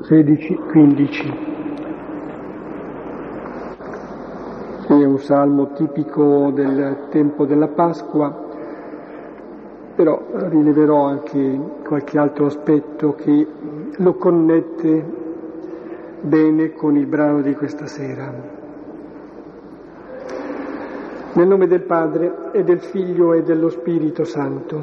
16-15. È un salmo tipico del tempo della Pasqua, però rileverò anche qualche altro aspetto che lo connette bene con il brano di questa sera. Nel nome del Padre e del Figlio e dello Spirito Santo.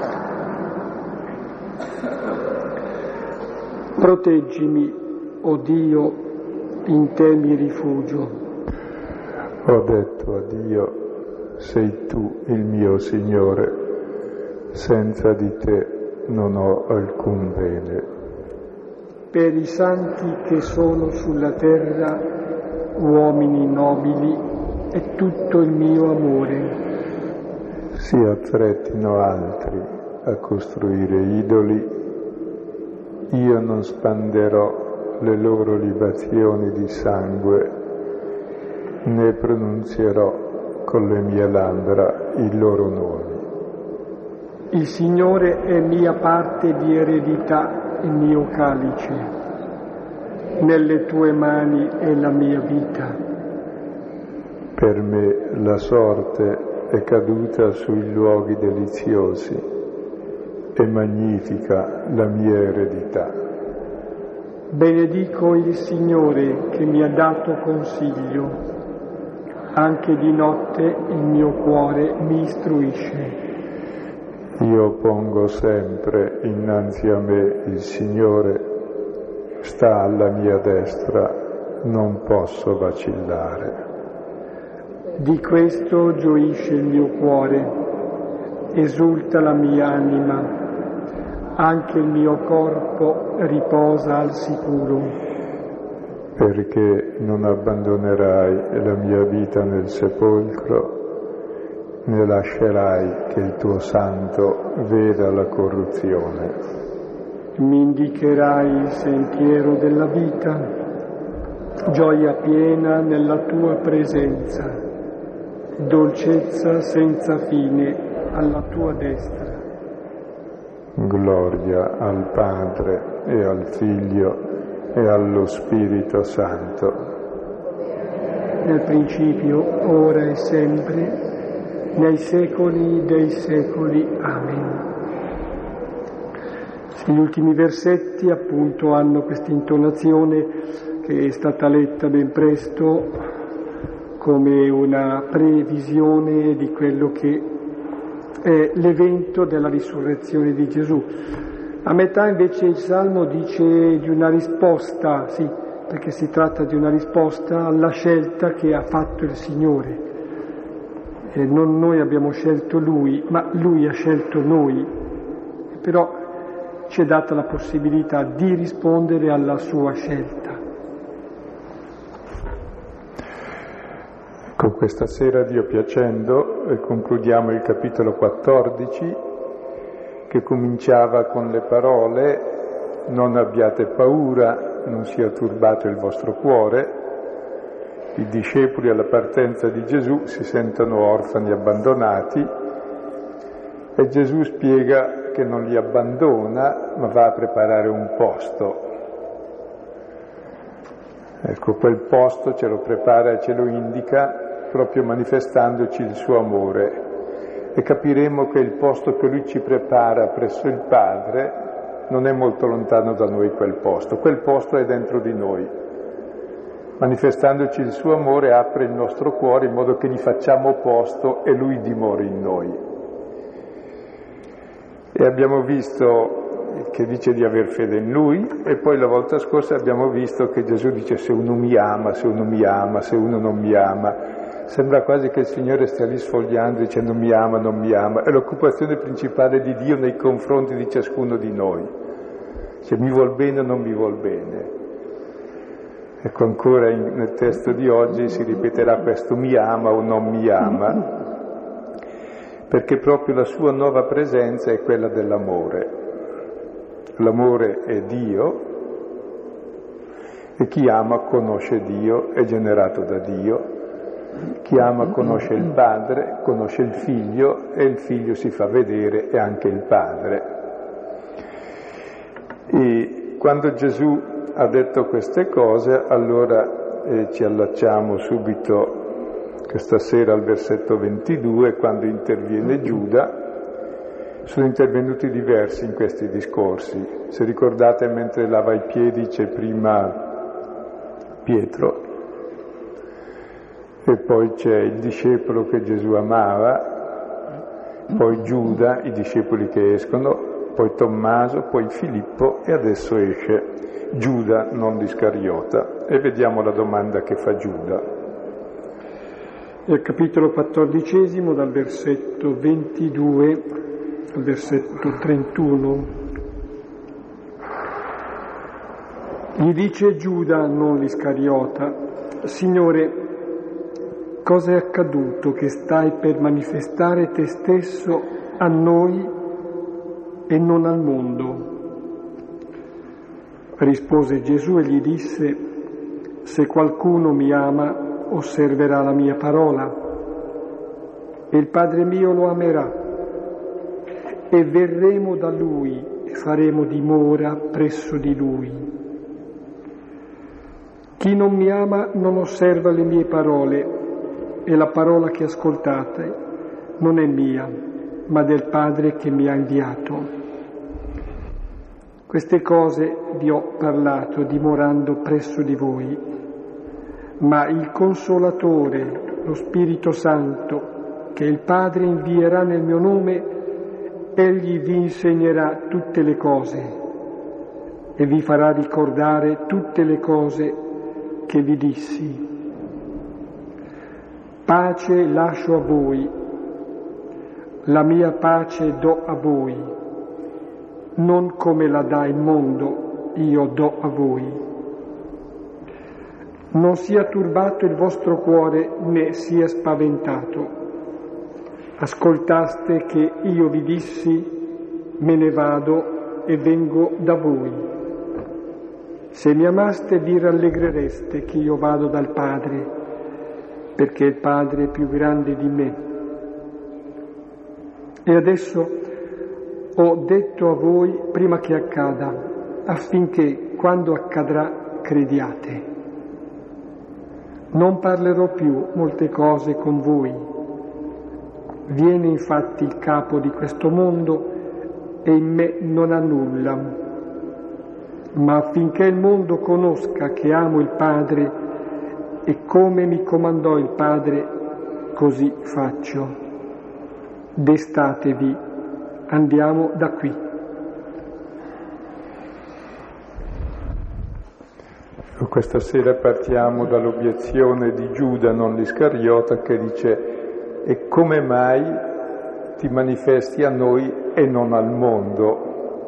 Proteggimi, o Dio, in te mi rifugio. Ho detto a Dio, sei tu il mio Signore, senza di te non ho alcun bene. Per i santi che sono sulla terra, uomini nobili, è tutto il mio amore. Si affrettino altri a costruire idoli, io non spanderò le loro libazioni di sangue, né pronunzierò con le mie labbra i loro nomi. Il Signore è mia parte di eredità e mio calice. Nelle tue mani è la mia vita. Per me la sorte è caduta sui luoghi deliziosi e magnifica la mia eredità. Benedico il Signore che mi ha dato consiglio. Anche di notte il mio cuore mi istruisce. Io pongo sempre innanzi a me il Signore, sta alla mia destra, non posso vacillare. Di questo gioisce il mio cuore, esulta la mia anima, anche il mio corpo riposa al sicuro. Perché non abbandonerai la mia vita nel sepolcro, né lascerai che il tuo santo veda la corruzione. Mi indicherai il sentiero della vita, gioia piena nella tua presenza, dolcezza senza fine alla tua destra. Gloria al Padre e al Figlio e allo Spirito Santo. Nel principio, ora e sempre, nei secoli dei secoli. Amen. Gli ultimi versetti appunto hanno questa intonazione che è stata letta ben presto come una previsione di quello che è l'evento della risurrezione di Gesù. A metà invece il Salmo dice di una risposta, sì, perché si tratta di una risposta alla scelta che ha fatto il Signore. E non noi abbiamo scelto Lui, ma Lui ha scelto noi. Però ci è data la possibilità di rispondere alla sua scelta. Con questa sera, Dio piacendo, concludiamo il capitolo 14, che cominciava con le parole «Non abbiate paura, non sia turbato il vostro cuore». I discepoli alla partenza di Gesù si sentono orfani abbandonati e Gesù spiega che non li abbandona, ma va a preparare un posto. Ecco, quel posto ce lo prepara e ce lo indica proprio manifestandoci il suo amore. E capiremo che il posto che Lui ci prepara presso il Padre non è molto lontano da noi quel posto è dentro di noi. Manifestandoci il suo amore apre il nostro cuore in modo che gli facciamo posto e Lui dimori in noi. E abbiamo visto che dice di aver fede in Lui e poi la volta scorsa abbiamo visto che Gesù dice se uno mi ama, se uno mi ama, se uno non mi ama. Sembra quasi che il Signore stia lì sfogliando dicendo mi ama, non mi ama. È l'occupazione principale di Dio nei confronti di ciascuno di noi. Cioè mi vuol bene o non mi vuol bene. Ecco, ancora nel testo di oggi si ripeterà questo mi ama o non mi ama, perché proprio la sua nuova presenza è quella dell'amore. L'amore è Dio e chi ama conosce Dio, è generato da Dio. Chi ama conosce il Padre, conosce il Figlio e il Figlio si fa vedere e anche il Padre. E quando Gesù ha detto queste cose, allora ci allacciamo subito questa sera al versetto 22, quando interviene Giuda. Sono intervenuti diversi in questi discorsi. Se ricordate, mentre lava i piedi c'è prima Pietro e poi c'è il discepolo che Gesù amava, poi Giuda, i discepoli che escono, poi Tommaso, poi Filippo e adesso esce Giuda, non l'Iscariota. E vediamo la domanda che fa Giuda. Nel capitolo 14, dal versetto 22 al versetto 31, gli dice Giuda, non l'Iscariota: Signore, cosa è accaduto che stai per manifestare te stesso a noi e non al mondo? Rispose Gesù e gli disse: se qualcuno mi ama, osserverà la mia parola, e il Padre mio lo amerà, e verremo da Lui e faremo dimora presso di Lui. Chi non mi ama non osserva le mie parole, e la parola che ascoltate non è mia, ma del Padre che mi ha inviato. Queste cose vi ho parlato dimorando presso di voi. Ma il Consolatore, lo Spirito Santo, che il Padre invierà nel mio nome, egli vi insegnerà tutte le cose e vi farà ricordare tutte le cose che vi dissi. Pace lascio a voi, la mia pace do a voi, non come la dà il mondo, io do a voi. Non sia turbato il vostro cuore, né sia spaventato. Ascoltaste che io vi dissi: me ne vado e vengo da voi. Se mi amaste vi rallegrereste che io vado dal Padre, perché il Padre è più grande di me. E adesso ho detto a voi prima che accada, affinché quando accadrà crediate. Non parlerò più molte cose con voi. Viene infatti il capo di questo mondo e in me non ha nulla. Ma affinché il mondo conosca che amo il Padre e come mi comandò il Padre, così faccio. Destatevi, andiamo da qui. Questa sera partiamo dall'obiezione di Giuda, non l'Iscariota, che dice: e come mai ti manifesti a noi e non al mondo?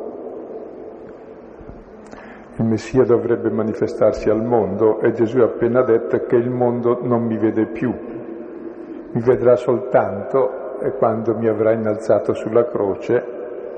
Il Messia dovrebbe manifestarsi al mondo e Gesù ha appena detto che il mondo non mi vede più, mi vedrà soltanto quando mi avrà innalzato sulla croce.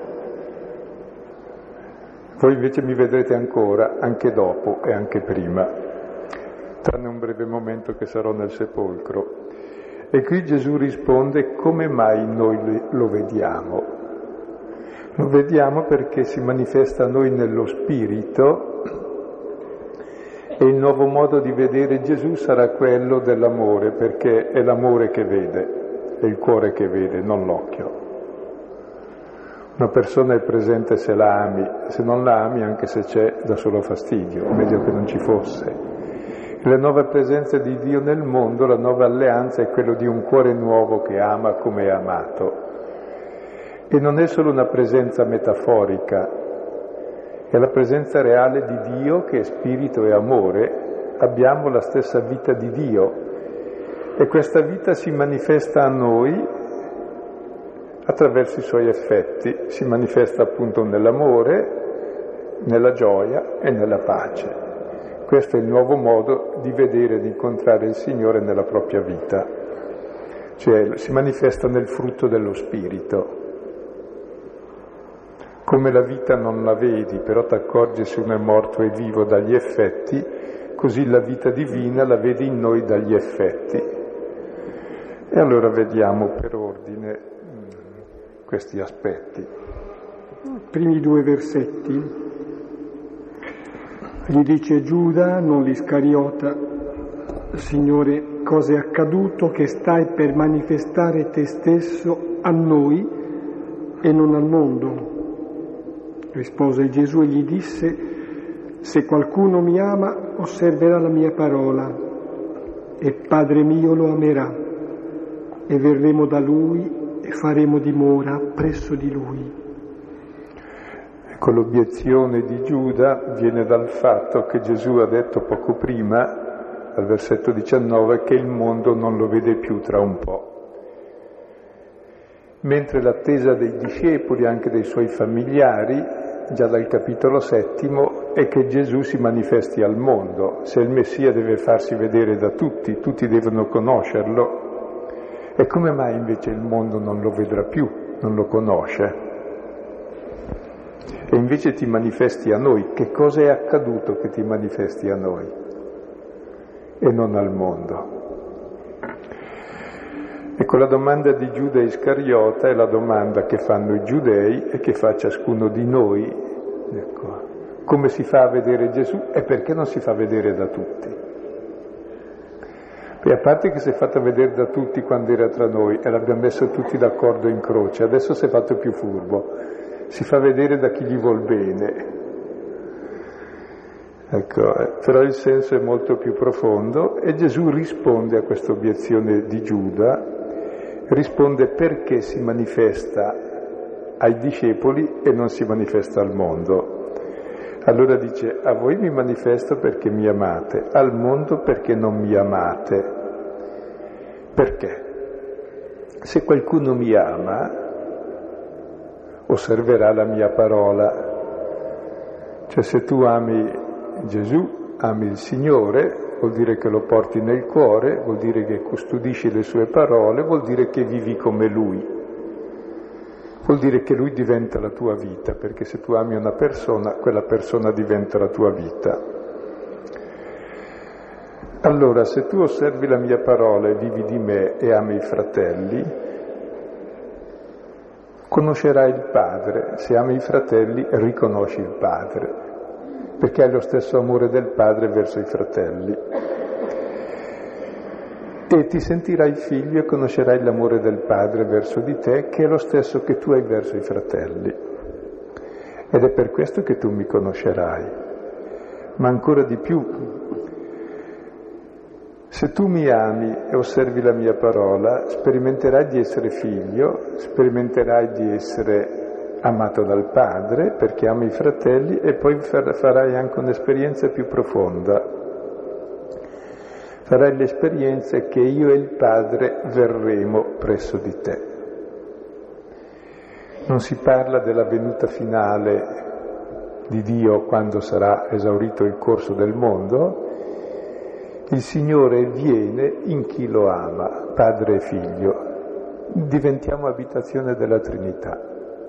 Voi invece mi vedrete ancora, anche dopo e anche prima, tranne un breve momento che sarò nel sepolcro. E qui Gesù risponde: come mai noi lo vediamo? Lo vediamo perché si manifesta a noi nello Spirito, e il nuovo modo di vedere Gesù sarà quello dell'amore, perché è l'amore che vede, è il cuore che vede, non l'occhio. Una persona è presente se la ami, se non la ami, anche se c'è, dà solo fastidio, meglio che non ci fosse. La nuova presenza di Dio nel mondo, la nuova alleanza è quello di un cuore nuovo che ama come è amato. E non è solo una presenza metaforica, è la presenza reale di Dio che è spirito e amore. Abbiamo la stessa vita di Dio e questa vita si manifesta a noi attraverso i suoi effetti, si manifesta appunto nell'amore, nella gioia e nella pace. Questo è il nuovo modo di vedere e di incontrare il Signore nella propria vita, cioè si manifesta nel frutto dello Spirito. Come la vita non la vedi, però ti accorgi se uno è morto e vivo dagli effetti, così la vita divina la vedi in noi dagli effetti. E allora vediamo per ordine questi aspetti. I primi due versetti. Gli dice Giuda, non l'Iscariota: Signore, cosa è accaduto che stai per manifestare te stesso a noi e non al mondo? Rispose Gesù e gli disse: se qualcuno mi ama, osserverà la mia parola, e Padre mio lo amerà, e verremo da lui e faremo dimora presso di lui. Ecco, l'obiezione di Giuda viene dal fatto che Gesù ha detto poco prima, al versetto 19, che il mondo non lo vede più tra un po'. Mentre l'attesa dei discepoli, anche dei suoi familiari, già dal capitolo 7, è che Gesù si manifesti al mondo. Se il Messia deve farsi vedere da tutti, tutti devono conoscerlo. E come mai invece il mondo non lo vedrà più, non lo conosce? E invece ti manifesti a noi. Che cosa è accaduto che ti manifesti a noi e non al mondo? Ecco, la domanda di Giuda Iscariota è la domanda che fanno i giudei e che fa ciascuno di noi. Ecco, come si fa a vedere Gesù e perché non si fa vedere da tutti? E a parte che si è fatto vedere da tutti quando era tra noi e l'abbiamo messo tutti d'accordo in croce, adesso si è fatto più furbo, si fa vedere da chi gli vuol bene. Ecco, però il senso è molto più profondo e Gesù risponde a questa obiezione di Giuda. Risponde perché si manifesta ai discepoli e non si manifesta al mondo. Allora dice: a voi mi manifesto perché mi amate, al mondo perché non mi amate. Perché? Se qualcuno mi ama, osserverà la mia parola. Cioè, se tu ami Gesù, ami il Signore, vuol dire che lo porti nel cuore, vuol dire che custodisci le sue parole, vuol dire che vivi come Lui. Vuol dire che Lui diventa la tua vita, perché se tu ami una persona, quella persona diventa la tua vita. Allora, se tu osservi la mia parola e vivi di me e ami i fratelli, conoscerai il Padre. Se ami i fratelli, riconosci il Padre, perché hai lo stesso amore del Padre verso i fratelli. E ti sentirai figlio e conoscerai l'amore del Padre verso di te, che è lo stesso che tu hai verso i fratelli. Ed è per questo che tu mi conoscerai. Ma ancora di più, se tu mi ami e osservi la mia parola, sperimenterai di essere figlio, sperimenterai di essere amato dal Padre perché ami i fratelli, e poi farai anche un'esperienza più profonda. Farai l'esperienza che io e il Padre verremo presso di te. Non si parla della venuta finale di Dio quando sarà esaurito il corso del mondo. Il Signore viene in chi lo ama, Padre e Figlio. Diventiamo abitazione della Trinità.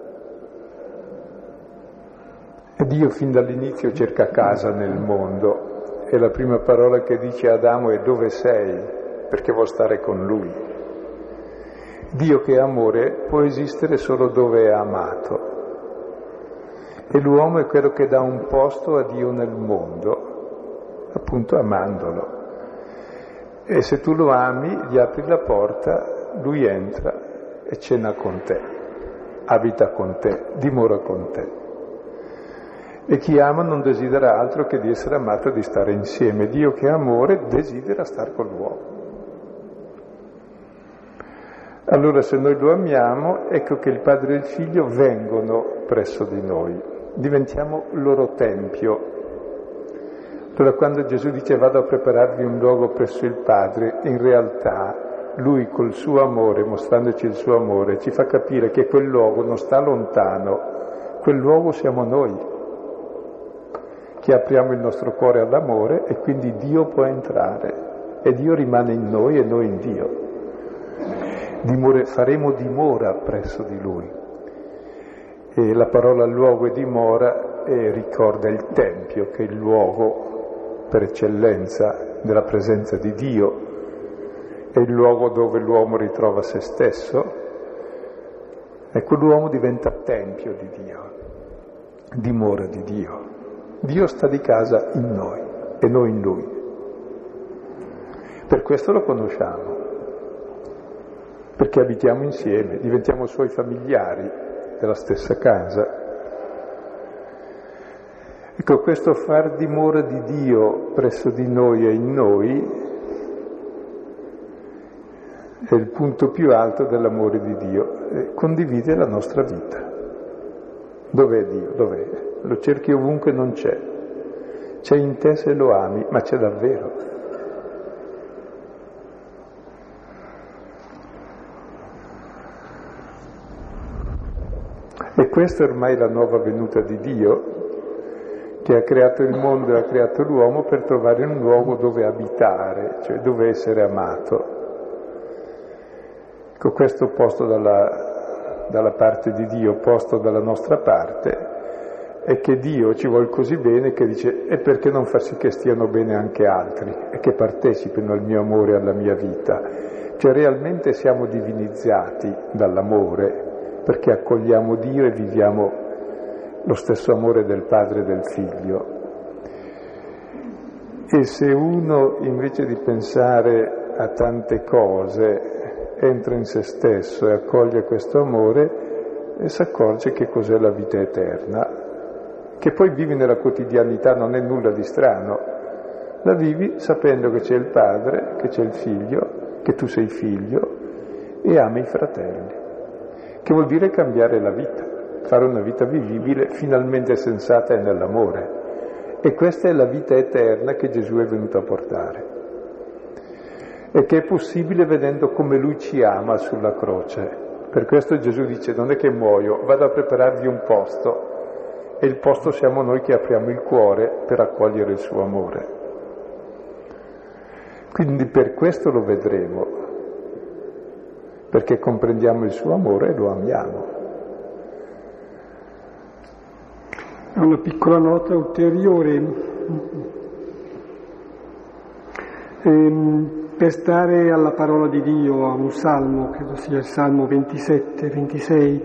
E Dio fin dall'inizio cerca casa nel mondo. E la prima parola che dice a Adamo è: dove sei? Perché vuol stare con lui. Dio, che è amore, può esistere solo dove è amato. E l'uomo è quello che dà un posto a Dio nel mondo, appunto amandolo. E se tu lo ami, gli apri la porta, lui entra e cena con te, abita con te, dimora con te. E chi ama non desidera altro che di essere amato e di stare insieme. Dio, che è amore, desidera stare con l'uomo. Allora, se noi lo amiamo, ecco che il Padre e il Figlio vengono presso di noi, diventiamo loro tempio. Allora, quando Gesù dice vado a prepararvi un luogo presso il Padre, in realtà Lui col suo amore, mostrandoci il suo amore, ci fa capire che quel luogo non sta lontano, quel luogo siamo noi, che apriamo il nostro cuore all'amore e quindi Dio può entrare e Dio rimane in noi e noi in Dio. Faremo dimora presso di Lui. E la parola luogo e dimora ricorda il Tempio, che è il luogo per eccellenza della presenza di Dio, è il luogo dove l'uomo ritrova se stesso. Ecco, l'uomo diventa Tempio di Dio, dimora di Dio. Dio sta di casa in noi e noi in Lui. Per questo lo conosciamo, perché abitiamo insieme, diventiamo Suoi familiari della stessa casa. Ecco, questo far dimora di Dio presso di noi e in noi è il punto più alto dell'amore di Dio, e condivide la nostra vita. Dov'è Dio? Dov'è? Lo cerchi ovunque, non c'è. C'è in te se lo ami, ma c'è davvero. E questa è ormai la nuova venuta di Dio, che ha creato il mondo e ha creato l'uomo per trovare un luogo dove abitare, cioè dove essere amato. Ecco, questo posto dalla parte di Dio, posto dalla nostra parte, è che Dio ci vuole così bene che dice: e perché non far sì che stiano bene anche altri e che partecipino al mio amore e alla mia vita? Cioè realmente siamo divinizzati dall'amore, perché accogliamo Dio e viviamo lo stesso amore del Padre e del Figlio. E se uno, invece di pensare a tante cose, entra in se stesso e accoglie questo amore, e si accorge che cos'è la vita eterna, che poi vivi nella quotidianità, non è nulla di strano, la vivi sapendo che c'è il Padre, che c'è il Figlio, che tu sei figlio e ami i fratelli, che vuol dire cambiare la vita, fare una vita vivibile, finalmente sensata e nell'amore. E questa è la vita eterna che Gesù è venuto a portare e che è possibile vedendo come Lui ci ama sulla croce. Per questo Gesù dice: non è che muoio, vado a prepararvi un posto, e il posto siamo noi che apriamo il cuore per accogliere il suo amore. Quindi per questo lo vedremo, perché comprendiamo il suo amore e lo amiamo. Una piccola nota ulteriore. Per stare alla parola di Dio, a un salmo, credo sia il Salmo 27, 26,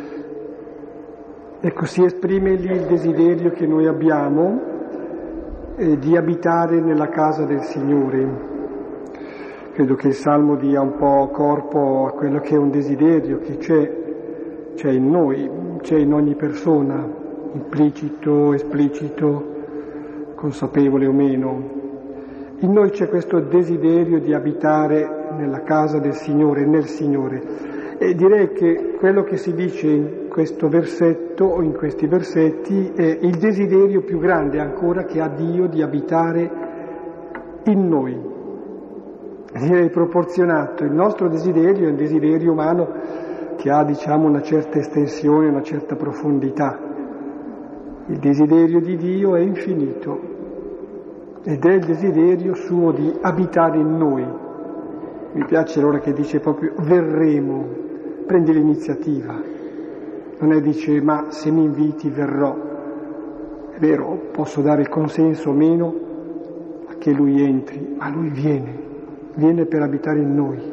ecco, si esprime lì il desiderio che noi abbiamo di abitare nella casa del Signore. Credo che il Salmo dia un po' corpo a quello che è un desiderio che c'è in noi, c'è in ogni persona, implicito, esplicito, consapevole o meno. In noi c'è questo desiderio di abitare nella casa del Signore, nel Signore. E direi che quello che si dice in questo versetto o in questi versetti è il desiderio più grande ancora che ha Dio di abitare in noi. Direi proporzionato. Il nostro desiderio è un desiderio umano che ha, diciamo, una certa estensione, una certa profondità. Il desiderio di Dio è infinito ed è il desiderio suo di abitare in noi. Mi piace allora che dice proprio verremo, prendi l'iniziativa. Non è dice ma se mi inviti verrò. È vero, posso dare il consenso o meno a che Lui entri, ma Lui viene per abitare in noi.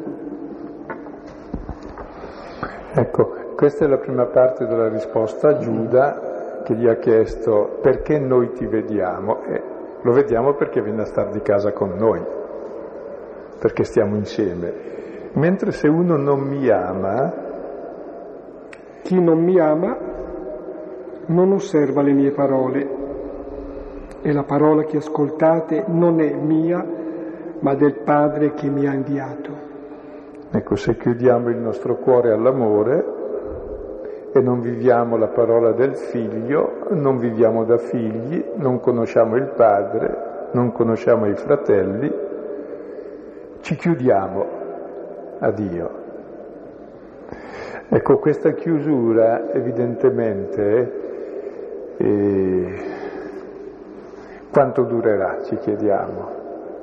Ecco, questa è la prima parte della risposta a Giuda, che gli ha chiesto perché noi ti vediamo, e lo vediamo perché viene a star di casa con noi, perché stiamo insieme. Mentre se uno non mi ama, chi non mi ama non osserva le mie parole, e la parola che ascoltate non è mia, ma del Padre che mi ha inviato. Ecco, se chiudiamo il nostro cuore all'amore e non viviamo la parola del Figlio, non viviamo da figli, non conosciamo il Padre, non conosciamo i fratelli, ci chiudiamo a Dio. Ecco, questa chiusura evidentemente quanto durerà, ci chiediamo.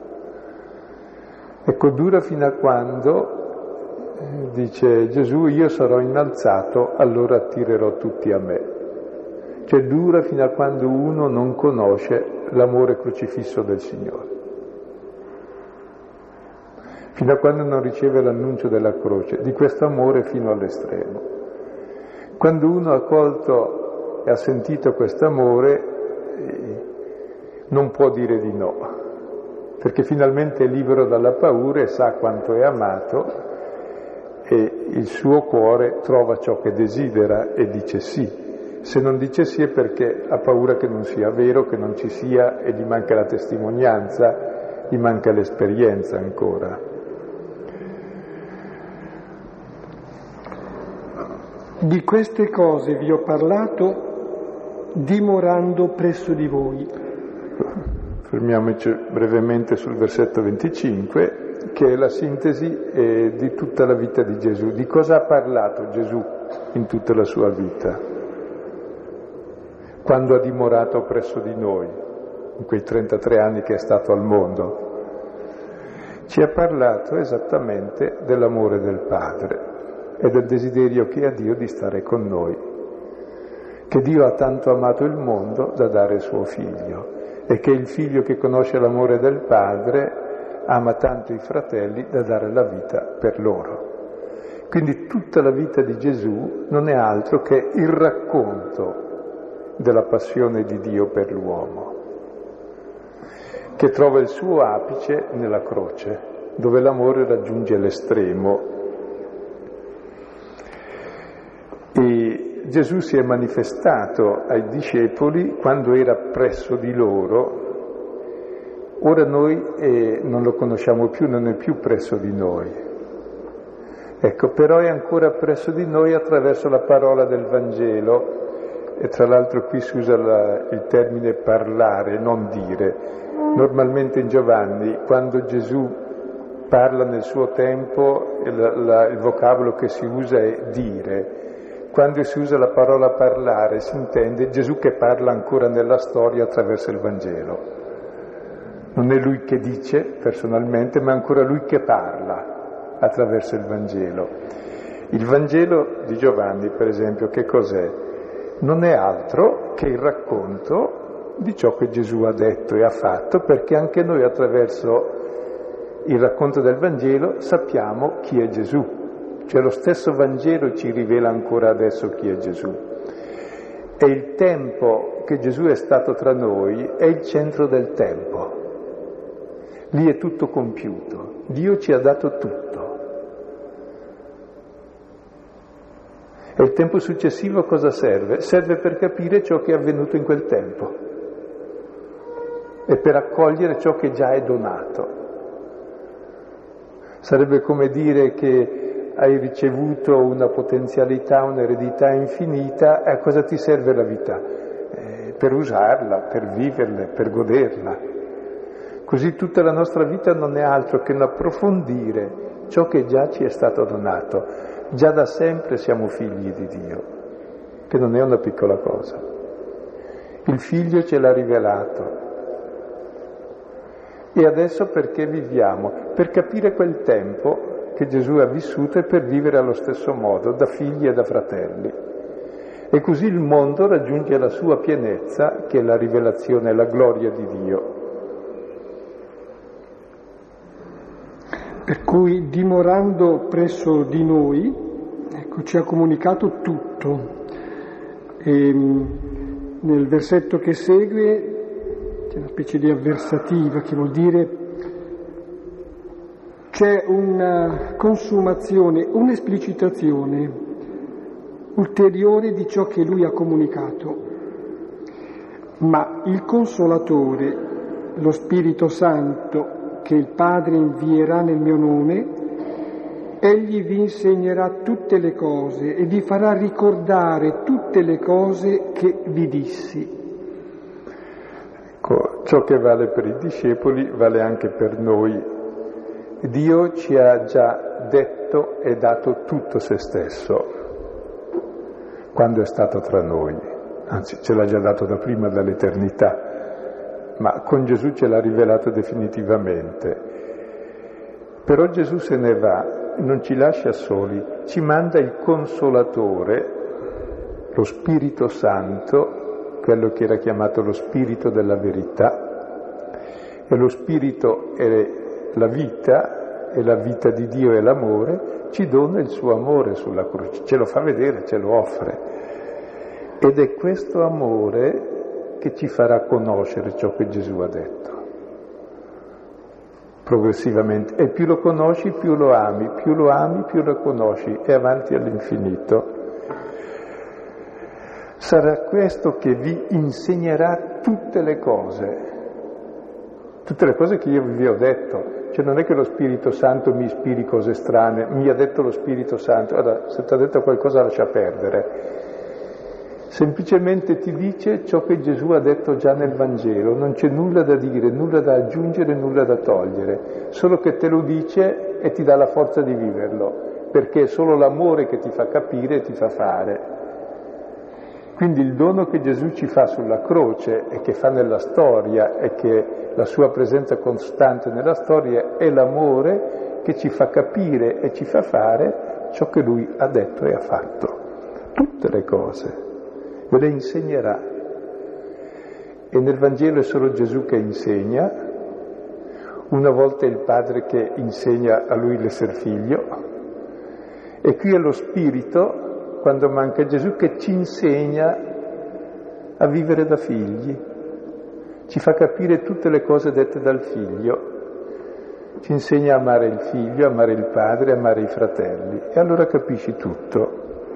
Ecco, dura fino a quando, dice Gesù, io sarò innalzato, allora attirerò tutti a me. Cioè dura fino a quando uno non conosce l'amore crocifisso del Signore. Fino a quando non riceve l'annuncio della croce, di questo amore fino all'estremo. Quando uno ha colto e ha sentito questo amore, non può dire di no, perché finalmente è libero dalla paura e sa quanto è amato e il suo cuore trova ciò che desidera e dice sì. Se non dice sì è perché ha paura che non sia vero, che non ci sia e gli manca la testimonianza, gli manca l'esperienza ancora. Di queste cose vi ho parlato dimorando presso di voi. Fermiamoci brevemente sul versetto 25, che è la sintesi di tutta la vita di Gesù. Di cosa ha parlato Gesù in tutta la sua vita? Quando ha dimorato presso di noi, in quei 33 anni che è stato al mondo, ci ha parlato esattamente dell'amore del Padre e del desiderio che ha Dio di stare con noi, che Dio ha tanto amato il mondo da dare suo Figlio e che il Figlio che conosce l'amore del Padre ama tanto i fratelli da dare la vita per loro. Quindi tutta la vita di Gesù non è altro che il racconto della passione di Dio per l'uomo, che trova il suo apice nella croce, dove l'amore raggiunge l'estremo. E Gesù si è manifestato ai discepoli quando era presso di loro. Ora noi non lo conosciamo più, non è più presso di noi. Ecco, però è ancora presso di noi attraverso la parola del Vangelo. E tra l'altro qui si usa il termine parlare, non dire. Normalmente in Giovanni, quando Gesù parla nel suo tempo, il vocabolo che si usa è dire. Quando si usa la parola parlare si intende Gesù che parla ancora nella storia attraverso il Vangelo. Non è lui che dice personalmente, ma è ancora lui che parla attraverso il Vangelo. Il Vangelo di Giovanni, per esempio, che cos'è? Non è altro che il racconto di ciò che Gesù ha detto e ha fatto, perché anche noi attraverso il racconto del Vangelo sappiamo chi è Gesù. Cioè lo stesso Vangelo ci rivela ancora adesso chi è Gesù. E il tempo che Gesù è stato tra noi è il centro del tempo. Lì è tutto compiuto. Dio ci ha dato tutto. E il tempo successivo cosa serve? Serve per capire ciò che è avvenuto in quel tempo e per accogliere ciò che già è donato. Sarebbe come dire che hai ricevuto una potenzialità, un'eredità infinita, e a cosa ti serve la vita? Per usarla, per viverla, per goderla. Così tutta la nostra vita non è altro che un approfondire ciò che già ci è stato donato. Già da sempre siamo figli di Dio, che non è una piccola cosa. Il Figlio ce l'ha rivelato. E adesso perché viviamo? Per capire quel tempo che Gesù ha vissuto e per vivere allo stesso modo, da figli e da fratelli. E così il mondo raggiunge la sua pienezza, che è la rivelazione e la gloria di Dio. Per cui, dimorando presso di noi, ecco, ci ha comunicato tutto. E nel versetto che segue c'è una specie di avversativa che vuol dire c'è una consumazione, un'esplicitazione ulteriore di ciò che lui ha comunicato. Ma il Consolatore, lo Spirito Santo, che il Padre invierà nel mio nome, egli vi insegnerà tutte le cose e vi farà ricordare tutte le cose che vi dissi. Ecco, ciò che vale per i discepoli vale anche per noi. Dio ci ha già detto e dato tutto se stesso quando è stato tra noi, anzi ce l'ha già dato da prima, dall'eternità. Ma con Gesù ce l'ha rivelato definitivamente. Però Gesù se ne va, non ci lascia soli, ci manda il Consolatore, lo Spirito Santo, quello che era chiamato lo Spirito della verità, e lo Spirito è la vita, e la vita di Dio è l'amore, ci dona il suo amore sulla croce, ce lo fa vedere, ce lo offre. Ed è questo amore che ci farà conoscere ciò che Gesù ha detto. Progressivamente. E più lo conosci, più lo ami, più lo conosci, e avanti all'infinito. Sarà questo che vi insegnerà tutte le cose che io vi ho detto. Cioè non è che lo Spirito Santo mi ispiri cose strane, mi ha detto lo Spirito Santo, allora se ti ha detto qualcosa lascia perdere. Semplicemente ti dice ciò che Gesù ha detto già nel Vangelo, non c'è nulla da dire, nulla da aggiungere, nulla da togliere, solo che te lo dice e ti dà la forza di viverlo, perché è solo l'amore che ti fa capire e ti fa fare. Quindi il dono che Gesù ci fa sulla croce e che fa nella storia e che la sua presenza costante nella storia è l'amore che ci fa capire e ci fa fare ciò che Lui ha detto e ha fatto. Tutte le cose. Ve le insegnerà. E nel Vangelo è solo Gesù che insegna, una volta è il Padre che insegna a Lui l'essere figlio, e qui è lo Spirito, quando manca Gesù, che ci insegna a vivere da figli, ci fa capire tutte le cose dette dal figlio, ci insegna a amare il figlio, a amare il padre, a amare i fratelli, e allora capisci tutto.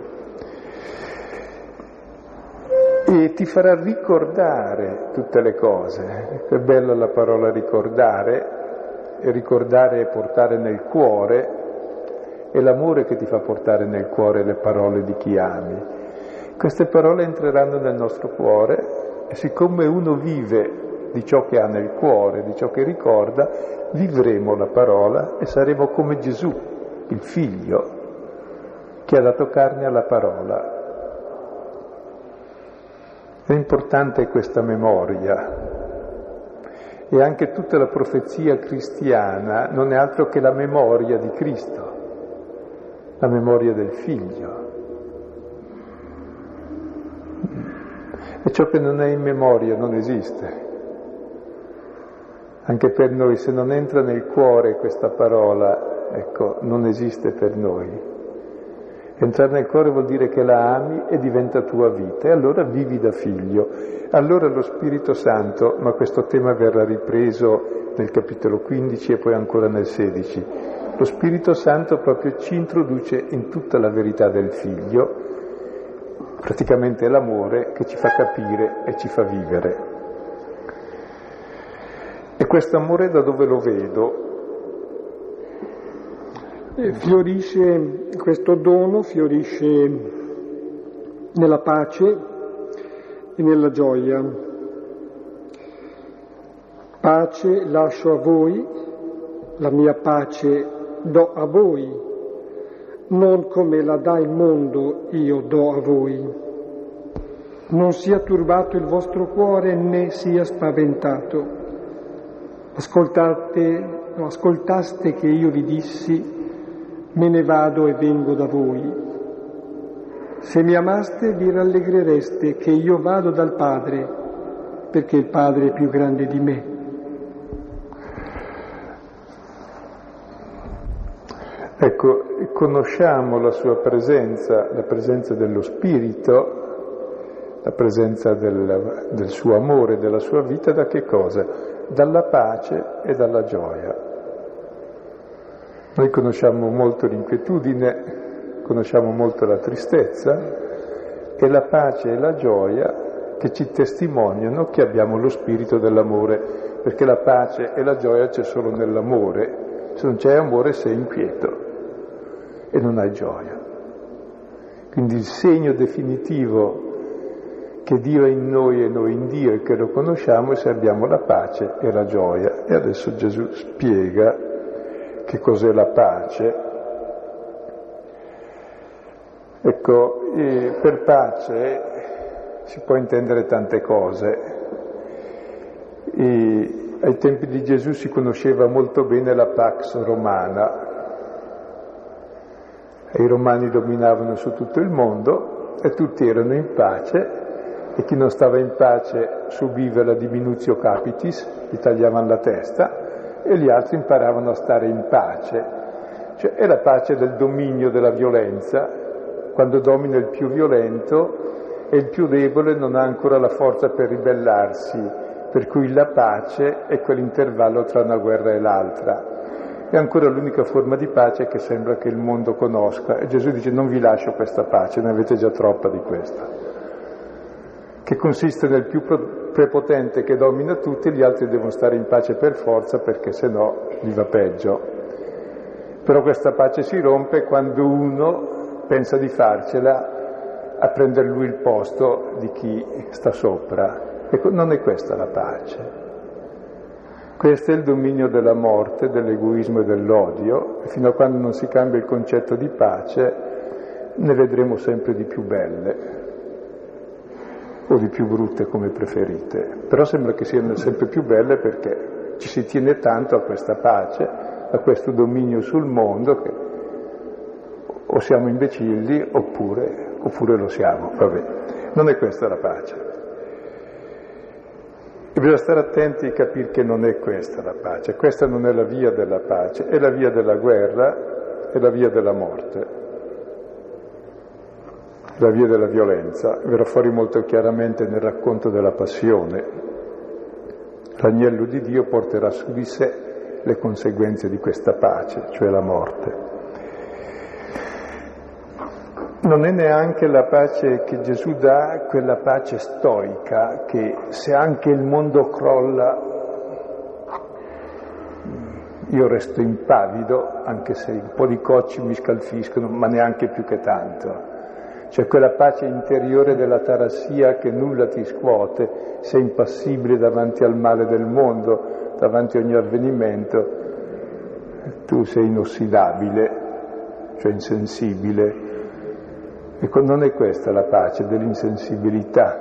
E ti farà ricordare tutte le cose. È bella la parola ricordare, e ricordare è portare nel cuore. È l'amore che ti fa portare nel cuore le parole di chi ami. Queste parole entreranno nel nostro cuore e siccome uno vive di ciò che ha nel cuore, di ciò che ricorda, vivremo la parola e saremo come Gesù, il Figlio, che ha dato carne alla parola. È importante questa memoria. E anche tutta la profezia cristiana non è altro che la memoria di Cristo. La memoria del Figlio. E ciò che non è in memoria non esiste. Anche per noi, se non entra nel cuore questa parola, ecco, non esiste per noi. Entrare nel cuore vuol dire che la ami e diventa tua vita, e allora vivi da figlio. Allora lo Spirito Santo, ma questo tema verrà ripreso nel capitolo 15 e poi ancora nel 16, lo Spirito Santo proprio ci introduce in tutta la verità del Figlio, praticamente è l'amore che ci fa capire e ci fa vivere. E questo amore da dove lo vedo? Fiorisce, questo dono fiorisce nella pace e nella gioia. Pace lascio a voi, la mia pace do a voi, non come la dà il mondo io do a voi. Non sia turbato il vostro cuore né sia spaventato. Ascoltaste che io vi dissi, me ne vado e vengo da voi. Se mi amaste vi rallegrereste che io vado dal Padre, perché il Padre è più grande di me. Ecco, conosciamo la sua presenza, la presenza dello Spirito, la presenza del suo amore, della sua vita, da che cosa? Dalla pace e dalla gioia. Noi conosciamo molto l'inquietudine, conosciamo molto la tristezza, e la pace e la gioia che ci testimoniano che abbiamo lo spirito dell'amore, perché la pace e la gioia c'è solo nell'amore. Se non c'è amore sei inquieto e non hai gioia. Quindi il segno definitivo che Dio è in noi e noi in Dio e che lo conosciamo è se abbiamo la pace e la gioia. E adesso Gesù spiega che cos'è la pace. Ecco, per pace si può intendere tante cose. Ai tempi di Gesù si conosceva molto bene la Pax Romana. I romani dominavano su tutto il mondo e tutti erano in pace, e chi non stava in pace subiva la diminutio capitis, gli tagliavano la testa, e gli altri imparavano a stare in pace. Cioè è la pace del dominio della violenza. Quando domina il più violento e il più debole non ha ancora la forza per ribellarsi, per cui la pace è quell'intervallo tra una guerra e l'altra. È ancora l'unica forma di pace che sembra che il mondo conosca, e Gesù dice: non vi lascio questa pace, ne avete già troppa di questa, che consiste nel più prepotente che domina tutti, gli altri devono stare in pace per forza, perché sennò gli va peggio. Però questa pace si rompe quando uno pensa di farcela a prendere lui il posto di chi sta sopra. Ecco, non è questa la pace. Questo è il dominio della morte, dell'egoismo e dell'odio, e fino a quando non si cambia il concetto di pace ne vedremo sempre di più belle, o di più brutte come preferite. Però sembra che siano sempre più belle perché ci si tiene tanto a questa pace, a questo dominio sul mondo, che o siamo imbecilli oppure lo siamo. Vabbè, non è questa la pace. E bisogna stare attenti e capire che non è questa la pace. Questa non è la via della pace, è la via della guerra, è la via della morte, la via della violenza. Verrà fuori molto chiaramente nel racconto della passione. L'agnello di Dio porterà su di sé le conseguenze di questa pace, cioè la morte. Non è neanche la pace che Gesù dà, quella pace stoica che se anche il mondo crolla io resto impavido, anche se un po' di cocci mi scalfiscono, ma neanche più che tanto. Cioè quella pace interiore della tarassia che nulla ti scuote, sei impassibile davanti al male del mondo, davanti a ogni avvenimento, tu sei inossidabile, cioè insensibile. Ecco, non è questa la pace dell'insensibilità.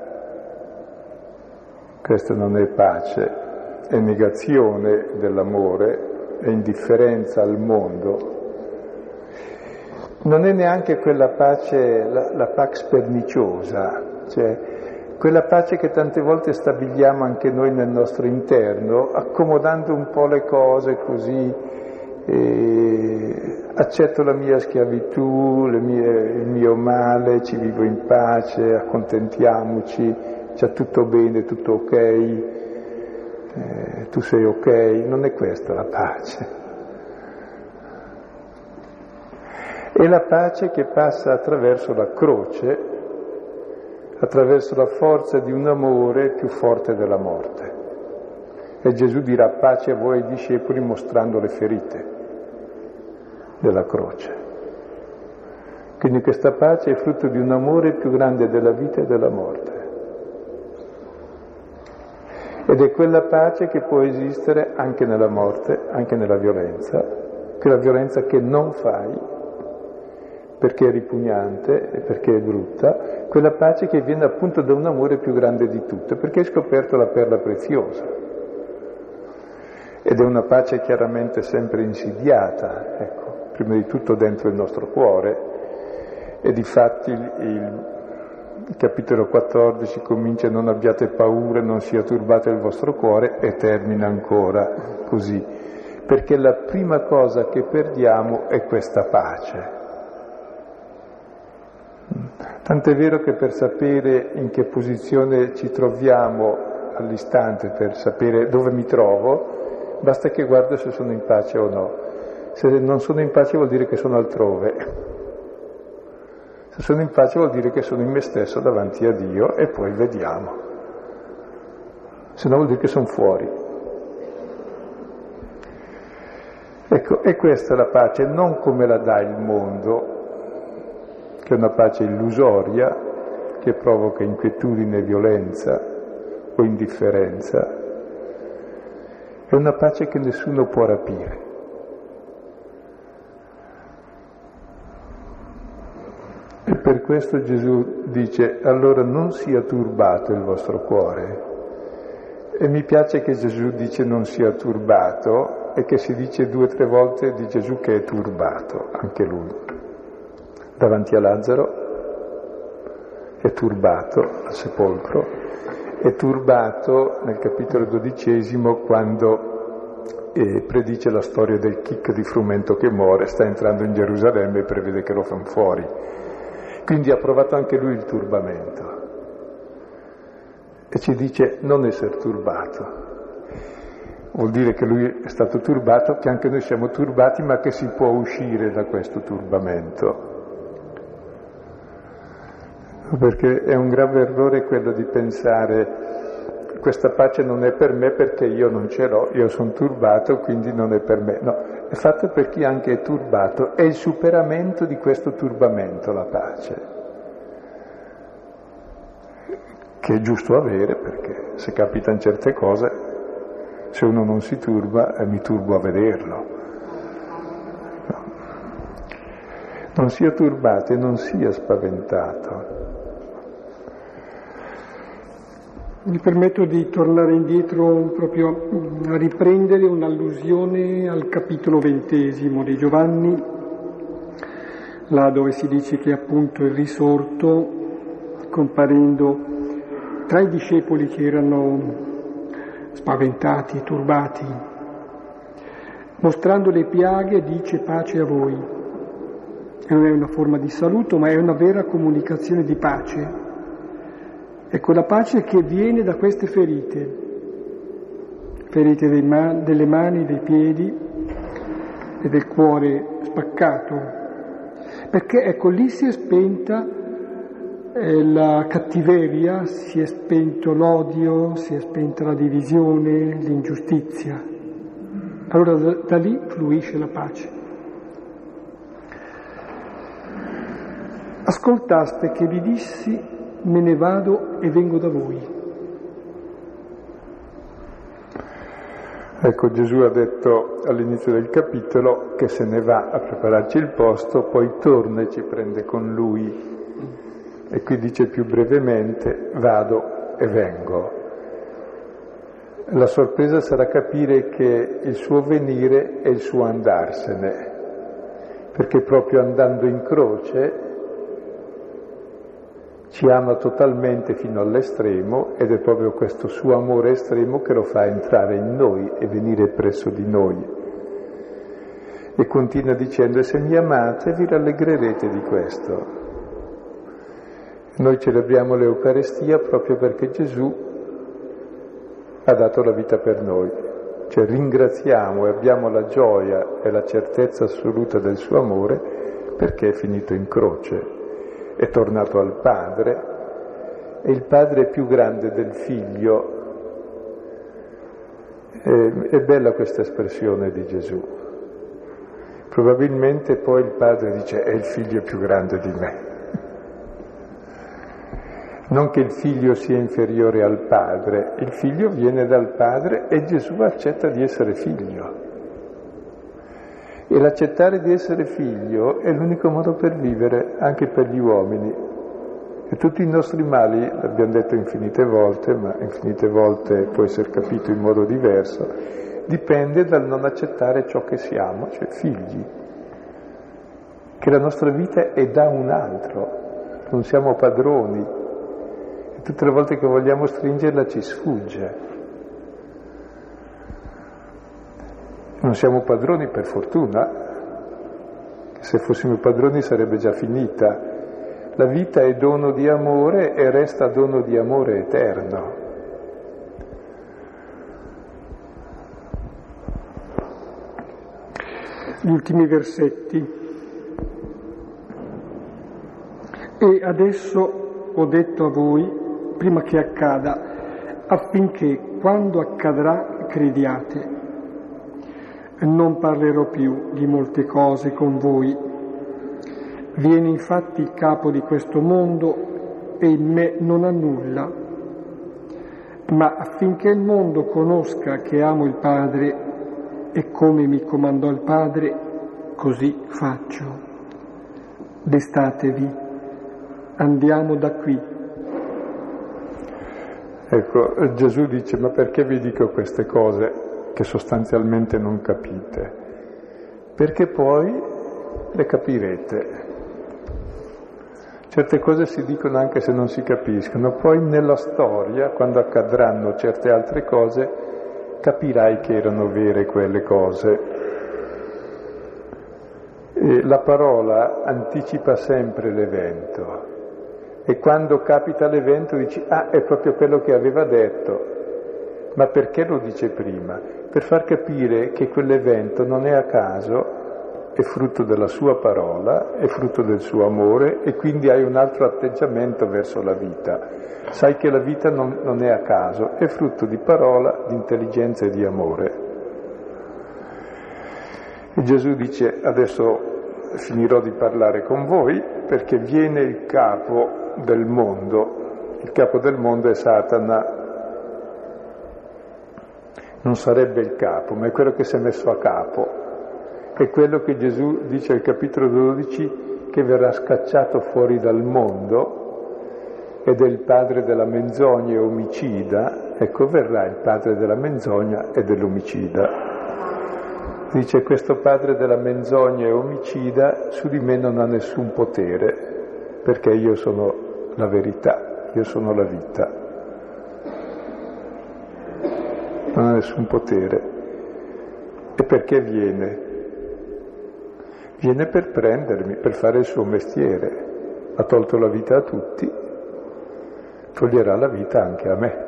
Questa non è pace, è negazione dell'amore, è indifferenza al mondo. Non è neanche quella pace, la pax perniciosa, cioè quella pace che tante volte stabiliamo anche noi nel nostro interno, accomodando un po' le cose così. Accetto la mia schiavitù, il mio male, ci vivo in pace, accontentiamoci, c'è tutto bene, tutto ok, tu sei ok. Non è questa la pace. È la pace che passa attraverso la croce, attraverso la forza di un amore più forte della morte. E Gesù dirà pace a voi ai discepoli mostrando le ferite della croce. Quindi questa pace è frutto di un amore più grande della vita e della morte. Ed è quella pace che può esistere anche nella morte, anche nella violenza, quella violenza che non fai perché è ripugnante e perché è brutta, quella pace che viene appunto da un amore più grande di tutto, perché hai scoperto la perla preziosa. Ed è una pace chiaramente sempre insidiata, ecco, prima di tutto dentro il nostro cuore. E difatti il capitolo 14 comincia: non abbiate paura, non sia turbato il vostro cuore, e termina ancora così, perché la prima cosa che perdiamo è questa pace. Tant'è vero che per sapere in che posizione ci troviamo all'istante, per sapere dove mi trovo, basta che guardo se sono in pace o no. Se non sono in pace vuol dire che sono altrove. Se sono in pace vuol dire che sono in me stesso davanti a Dio, e poi vediamo. Se no vuol dire che sono fuori. Ecco, e questa è la pace, non come la dà il mondo, che è una pace illusoria, che provoca inquietudine, violenza o indifferenza. È una pace che nessuno può rapire. E per questo Gesù dice: allora non sia turbato il vostro cuore. E mi piace che Gesù dice non sia turbato, e che si dice 2 o 3 volte di Gesù che è turbato, anche lui. Davanti a Lazzaro è turbato al sepolcro, è turbato nel capitolo 12 quando predice la storia del chicco di frumento che muore, sta entrando in Gerusalemme e prevede che lo fanno fuori. Quindi ha provato anche lui il turbamento. E ci dice non essere turbato. Vuol dire che lui è stato turbato, che anche noi siamo turbati, ma che si può uscire da questo turbamento. Perché è un grave errore quello di pensare questa pace non è per me perché io non ce l'ho, io sono turbato, quindi non è per me. No, è fatto per chi anche è turbato, è il superamento di questo turbamento la pace, che è giusto avere, perché se capitano certe cose, se uno non si turba, mi turbo a vederlo. No. Non sia turbato e non sia spaventato. Mi permetto di tornare indietro proprio a riprendere un'allusione al capitolo 20 di Giovanni, là dove si dice che appunto il risorto, comparendo tra i discepoli che erano spaventati, turbati, mostrando le piaghe dice pace a voi. E non è una forma di saluto, ma è una vera comunicazione di pace. È quella pace che viene da queste ferite delle mani, dei piedi e del cuore spaccato, perché ecco lì si è spenta la cattiveria, si è spento l'odio, si è spenta la divisione, l'ingiustizia. Allora da lì fluisce la pace. Ascoltaste che vi dissi, me ne vado e vengo da voi. Ecco, Gesù ha detto all'inizio del capitolo che se ne va a prepararci il posto, poi torna e ci prende con lui. E qui dice più brevemente, vado e vengo. La sorpresa sarà capire che il suo venire è il suo andarsene, perché proprio andando in croce ci ama totalmente fino all'estremo ed è proprio questo suo amore estremo che lo fa entrare in noi e venire presso di noi. E continua dicendo, e se mi amate vi rallegrerete di questo. Noi celebriamo l'Eucarestia proprio perché Gesù ha dato la vita per noi. Cioè ringraziamo e abbiamo la gioia e la certezza assoluta del suo amore perché è finito in croce. È tornato al Padre, e il Padre è più grande del Figlio. È bella questa espressione di Gesù. Probabilmente poi il Padre dice, è il Figlio più grande di me. Non che il Figlio sia inferiore al Padre, il Figlio viene dal Padre e Gesù accetta di essere Figlio. E l'accettare di essere figlio è l'unico modo per vivere anche per gli uomini. E tutti i nostri mali, l'abbiamo detto infinite volte, ma infinite volte può essere capito in modo diverso, dipende dal non accettare ciò che siamo, cioè figli. Che la nostra vita è da un altro, non siamo padroni. E tutte le volte che vogliamo stringerla ci sfugge. Non siamo padroni per fortuna, che se fossimo padroni sarebbe già finita. La vita è dono di amore e resta dono di amore eterno. Gli ultimi versetti. E adesso ho detto a voi, prima che accada, affinché quando accadrà crediate. Non parlerò più di molte cose con voi. Viene infatti il capo di questo mondo e in me non ha nulla. Ma affinché il mondo conosca che amo il Padre e come mi comandò il Padre, così faccio. Destatevi, andiamo da qui. Ecco, Gesù dice, ma perché vi dico queste cose? Che sostanzialmente non capite, perché poi le capirete. Certe cose si dicono anche se non si capiscono, poi nella storia, quando accadranno certe altre cose, capirai che erano vere quelle cose. La parola anticipa sempre l'evento e quando capita l'evento dici è proprio quello che aveva detto, ma perché lo dice prima? Per far capire che quell'evento non è a caso, è frutto della sua parola, è frutto del suo amore e quindi hai un altro atteggiamento verso la vita. Sai che la vita non è a caso, è frutto di parola, di intelligenza e di amore. E Gesù dice: adesso finirò di parlare con voi perché viene il capo del mondo. Il capo del mondo è Satana. Non sarebbe il capo, ma è quello che si è messo a capo. È quello che Gesù dice al capitolo 12 che verrà scacciato fuori dal mondo ed è il padre della menzogna e omicida. Ecco, verrà il padre della menzogna e dell'omicida. Dice: questo padre della menzogna e omicida su di me non ha nessun potere, perché io sono la verità, io sono la vita. Non ha nessun potere. E perché viene? Viene per prendermi, per fare il suo mestiere. Ha tolto la vita a tutti, toglierà la vita anche a me.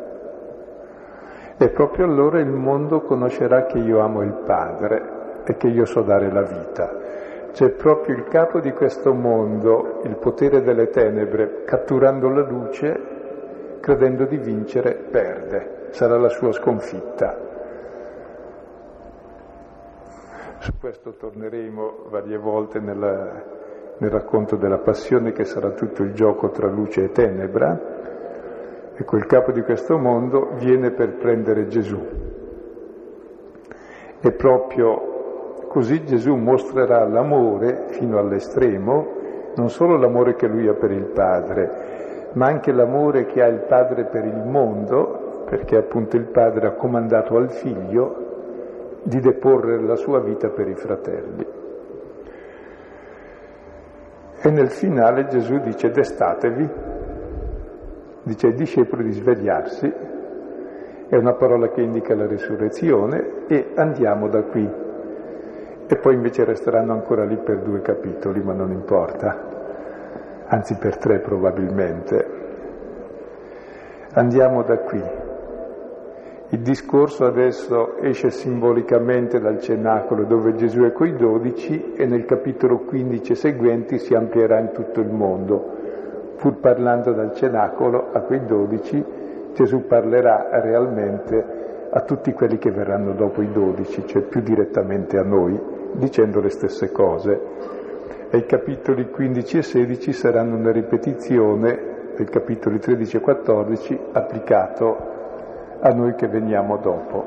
E proprio allora il mondo conoscerà che io amo il Padre e che io so dare la vita. Cioè proprio il capo di questo mondo, il potere delle tenebre, catturando la luce, credendo di vincere, perde. Sarà la sua sconfitta. Su questo torneremo varie volte nel racconto della passione, che sarà tutto il gioco tra luce e tenebra. E quel capo di questo mondo viene per prendere Gesù. E proprio così Gesù mostrerà l'amore fino all'estremo, non solo l'amore che lui ha per il Padre, ma anche l'amore che ha il Padre per il mondo, perché appunto il Padre ha comandato al Figlio di deporre la sua vita per i fratelli. E nel finale Gesù dice: destatevi, dice ai discepoli di svegliarsi, è una parola che indica la risurrezione, e andiamo da qui. E poi invece resteranno ancora lì per 2 capitoli, ma non importa, anzi per 3 probabilmente. Andiamo da qui. Il discorso adesso esce simbolicamente dal cenacolo dove Gesù è coi 12 e nel capitolo 15 e seguenti si amplierà in tutto il mondo. Pur parlando dal cenacolo a quei 12, Gesù parlerà realmente a tutti quelli che verranno dopo i 12, cioè più direttamente a noi, dicendo le stesse cose. E i capitoli 15 e 16 saranno una ripetizione dei capitoli 13 e 14 applicato a noi che veniamo dopo.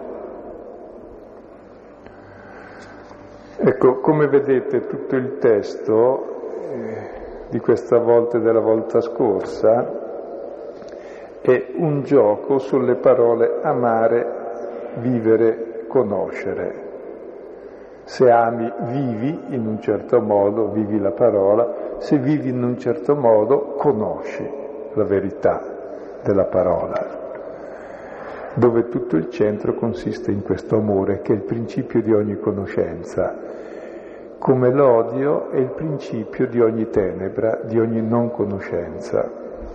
Ecco, come vedete tutto il testo di questa volta e della volta scorsa è un gioco sulle parole amare, vivere, conoscere. Se ami, vivi in un certo modo, vivi la parola; se vivi in un certo modo, conosci la verità della parola, dove tutto il centro consiste in questo amore che è il principio di ogni conoscenza, come l'odio è il principio di ogni tenebra, di ogni non conoscenza.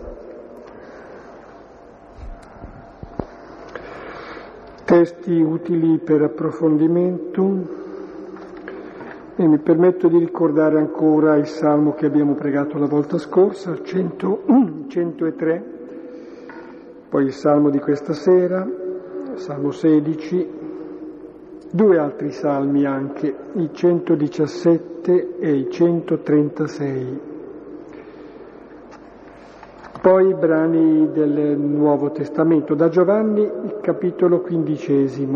Testi utili per approfondimento, e mi permetto di ricordare ancora il Salmo che abbiamo pregato la volta scorsa, 103, poi il Salmo di questa sera, Salmo 16, 2 altri Salmi anche, il 117 e il 136. Poi i brani del Nuovo Testamento, da Giovanni il capitolo 15,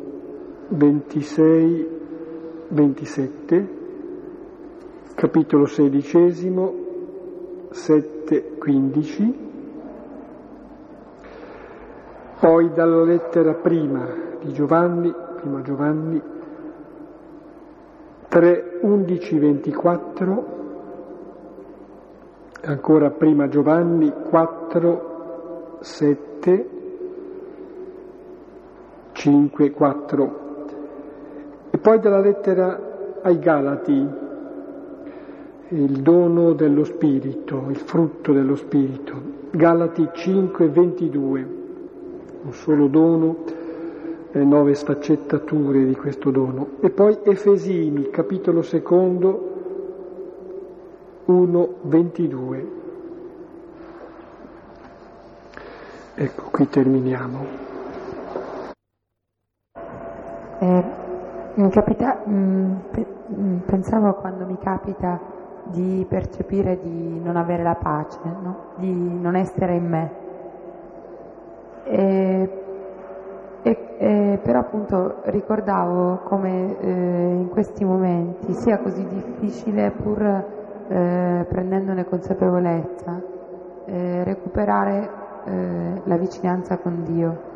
26, 27, capitolo 16, 7, 15, poi dalla lettera prima di Giovanni, prima Giovanni, 3, 11, 24, ancora prima Giovanni 4, 7, 5, 4, e poi dalla lettera ai Galati il dono dello Spirito, il frutto dello Spirito. Galati 5:22, un solo dono, 9 sfaccettature di questo dono. E poi Efesini, capitolo 2, 1:22. Ecco, qui terminiamo. Pensavo quando mi capita di percepire di non avere la pace, no? Di non essere in me. Però appunto ricordavo come in questi momenti sia così difficile, pur prendendone consapevolezza, recuperare la vicinanza con Dio.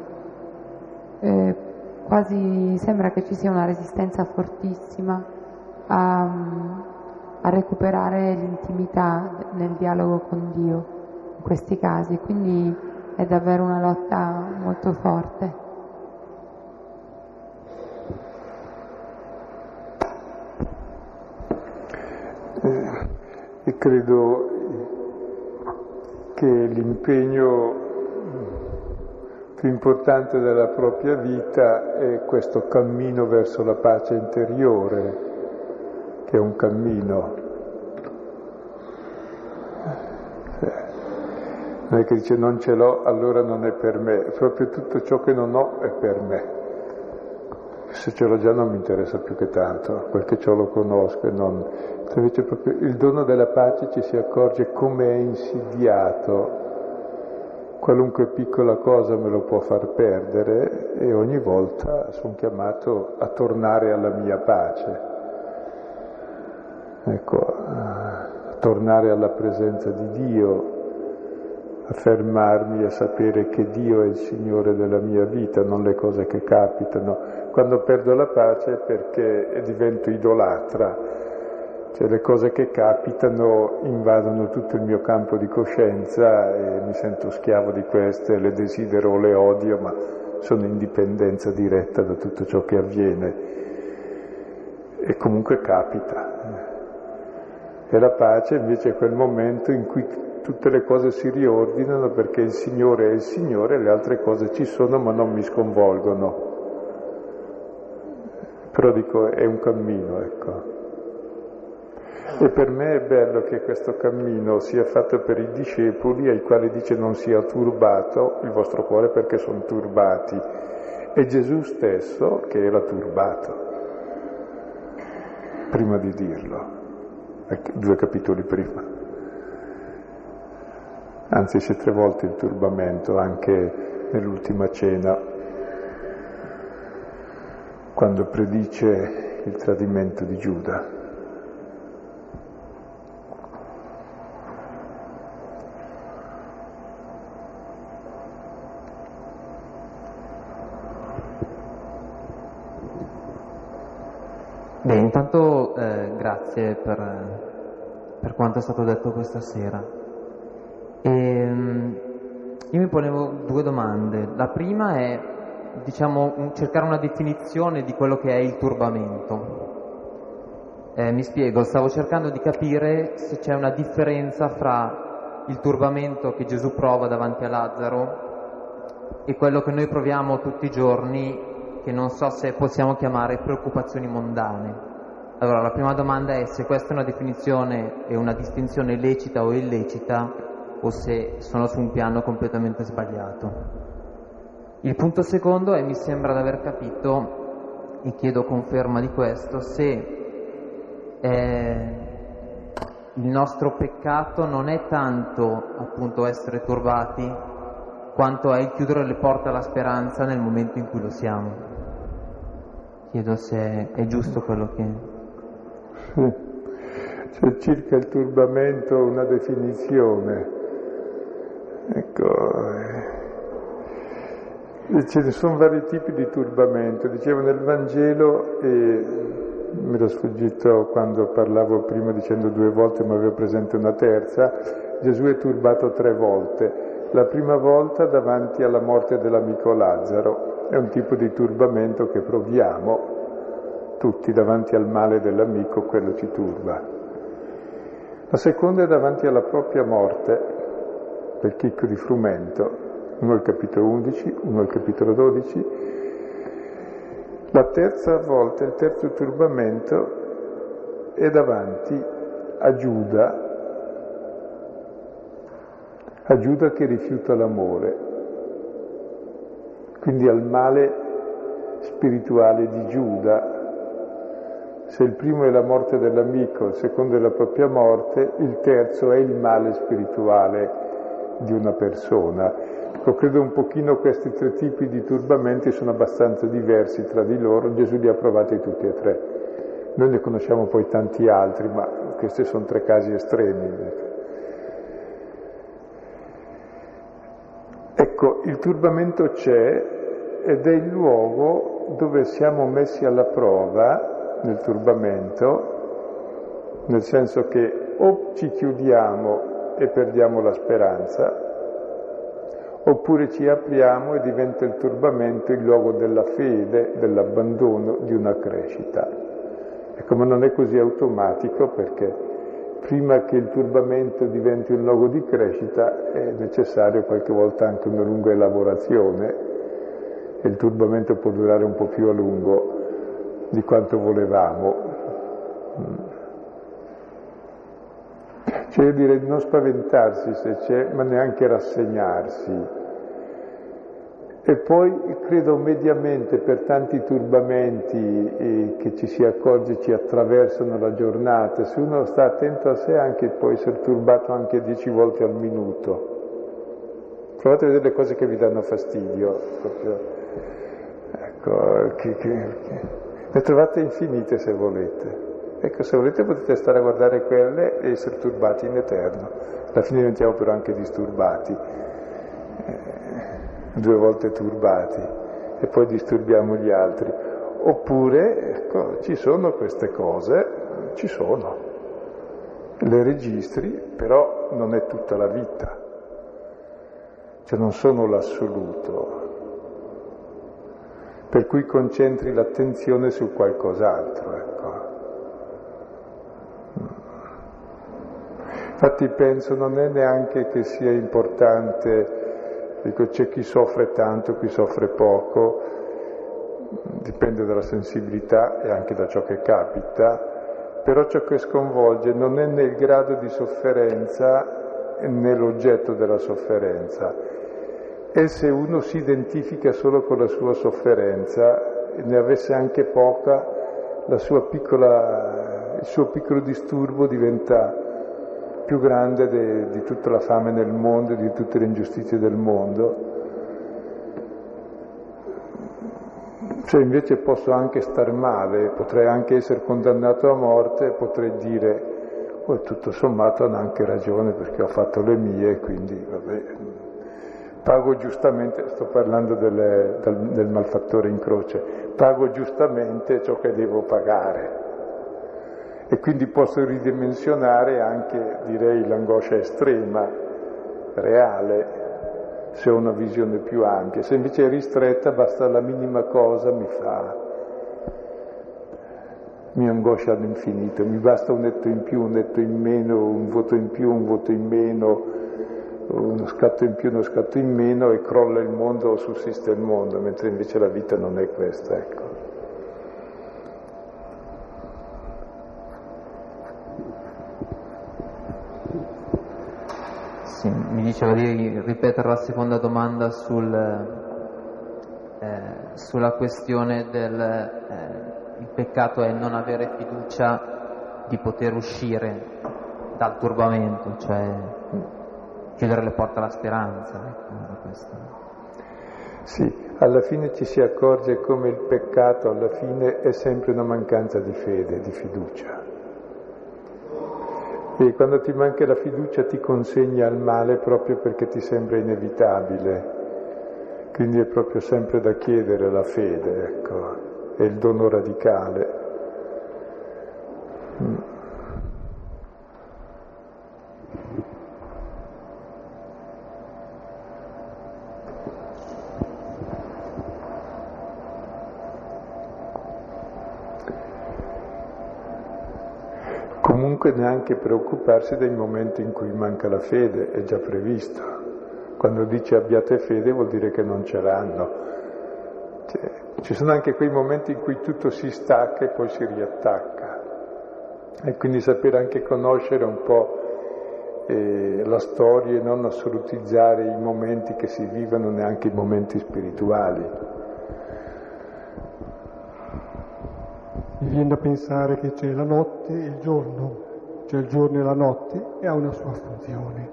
Quasi sembra che ci sia una resistenza fortissima a recuperare l'intimità nel dialogo con Dio in questi casi, quindi è davvero una lotta molto forte. E credo che l'impegno più importante della propria vita è questo cammino verso la pace interiore, che è un cammino. Non è che dice non ce l'ho, allora non è per me, è proprio tutto ciò che non ho è per me. Se ce l'ho già non mi interessa più che tanto, quel che ciò lo conosco e non. Invece proprio il dono della pace ci si accorge come è insidiato. Qualunque piccola cosa me lo può far perdere e ogni volta sono chiamato a tornare alla mia pace. Ecco, a tornare alla presenza di Dio, a fermarmi e sapere che Dio è il Signore della mia vita, non le cose che capitano. Quando perdo la pace è perché divento idolatra. Cioè le cose che capitano invadono tutto il mio campo di coscienza e mi sento schiavo di queste, le desidero o le odio, ma sono in dipendenza diretta da tutto ciò che avviene. E comunque capita. E la pace invece è quel momento in cui tutte le cose si riordinano perché il Signore è il Signore e le altre cose ci sono ma non mi sconvolgono. Però dico, è un cammino, ecco. E per me è bello che questo cammino sia fatto per i discepoli ai quali dice non sia turbato il vostro cuore perché sono turbati. E Gesù stesso che era turbato, prima di dirlo, 2 capitoli prima. Anzi c'è 3 volte il turbamento, anche nell'ultima cena, quando predice il tradimento di Giuda. Beh, intanto grazie per quanto è stato detto questa sera. Io mi ponevo 2 domande. La prima è, cercare una definizione di quello che è il turbamento. Mi spiego, stavo cercando di capire se c'è una differenza fra il turbamento che Gesù prova davanti a Lazzaro e quello che noi proviamo tutti i giorni, che non so se possiamo chiamare preoccupazioni mondane. Allora, la prima domanda è se questa è una definizione e una distinzione lecita o illecita, o se sono su un piano completamente sbagliato. Il punto secondo è, mi sembra di aver capito, e chiedo conferma di questo, se il nostro peccato non è tanto appunto essere turbati, quanto è il chiudere le porte alla speranza nel momento in cui lo siamo. Chiedo se è giusto quello che... C'è circa il turbamento una definizione. Ecco, ce ne sono vari tipi di turbamento. Dicevo nel Vangelo, e mi era sfuggito quando parlavo prima dicendo 2 volte, ma avevo presente una terza, Gesù è turbato 3 volte. La prima volta davanti alla morte dell'amico Lazzaro, è un tipo di turbamento che proviamo tutti davanti al male dell'amico, quello ci turba. La seconda è davanti alla propria morte, del chicco di frumento, uno al capitolo 11, uno al capitolo 12. La terza volta, il terzo turbamento, è davanti a Giuda che rifiuta l'amore, quindi al male spirituale di Giuda. Se il primo è la morte dell'amico, il secondo è la propria morte, il terzo è il male spirituale di una persona. Ecco, credo un pochino questi tre tipi di turbamenti sono abbastanza diversi tra di loro, Gesù li ha provati tutti e tre. Noi ne conosciamo poi tanti altri, ma questi sono tre casi estremi. Ecco, il turbamento c'è ed è il luogo dove siamo messi alla prova nel turbamento, nel senso che o ci chiudiamo e perdiamo la speranza, oppure ci apriamo e diventa il turbamento il luogo della fede, dell'abbandono, di una crescita. Ecco, ma non è così automatico, perché prima che il turbamento diventi un luogo di crescita è necessario qualche volta anche una lunga elaborazione, e il turbamento può durare un po' più a lungo di quanto volevamo. Cioè, io direi non spaventarsi se c'è, ma neanche rassegnarsi. E poi credo mediamente per tanti turbamenti che ci si accorge ci attraversano la giornata, se uno sta attento a sé anche può essere turbato anche 10 volte al minuto. Provate a vedere le cose che vi danno fastidio, proprio, ecco, ne trovate infinite se volete. Ecco, se volete potete stare a guardare quelle e essere turbati in eterno. Alla fine diventiamo però anche disturbati. 2 volte turbati e poi disturbiamo gli altri. Oppure, ecco, ci sono queste cose, ci sono, le registri, però non è tutta la vita, cioè non sono l'assoluto, per cui concentri l'attenzione su qualcos'altro, ecco. Infatti penso non è neanche che sia importante. Dico, c'è chi soffre tanto, chi soffre poco, dipende dalla sensibilità e anche da ciò che capita, però ciò che sconvolge non è né il grado di sofferenza né l'oggetto della sofferenza, è se uno si identifica solo con la sua sofferenza e ne avesse anche poca, il suo piccolo disturbo diventa più grande di tutta la fame nel mondo e di tutte le ingiustizie del mondo. Cioè invece posso anche star male, potrei anche essere condannato a morte e potrei dire tutto sommato hanno anche ragione perché ho fatto le mie, quindi vabbè, pago giustamente, sto parlando del malfattore in croce, pago giustamente ciò che devo pagare. E quindi posso ridimensionare anche, direi, l'angoscia estrema, reale, se ho una visione più ampia. Se invece è ristretta, basta la minima cosa, mi angoscia all'infinito, mi basta un netto in più, un netto in meno, un voto in più, un voto in meno, uno scatto in più, uno scatto in meno e crolla il mondo o sussiste il mondo, mentre invece la vita non è questa, ecco. Sì, mi diceva di ripetere la seconda domanda sulla questione il peccato è non avere fiducia di poter uscire dal turbamento, cioè chiudere le porte alla speranza. Ecco, questo. Sì, alla fine ci si accorge come il peccato alla fine è sempre una mancanza di fede, di fiducia. E quando ti manca la fiducia ti consegna al male proprio perché ti sembra inevitabile. Quindi è proprio sempre da chiedere la fede, ecco, è il dono radicale. comunque neanche preoccuparsi dei momenti in cui manca la fede, è già previsto. Quando dice abbiate fede vuol dire che non ce l'hanno. Ci sono anche quei momenti in cui tutto si stacca e poi si riattacca. E quindi sapere anche conoscere un po' la storia e non assolutizzare i momenti che si vivono, neanche i momenti spirituali. Mi viene da pensare che c'è la notte e il giorno, c'è il giorno e la notte e ha una sua funzione.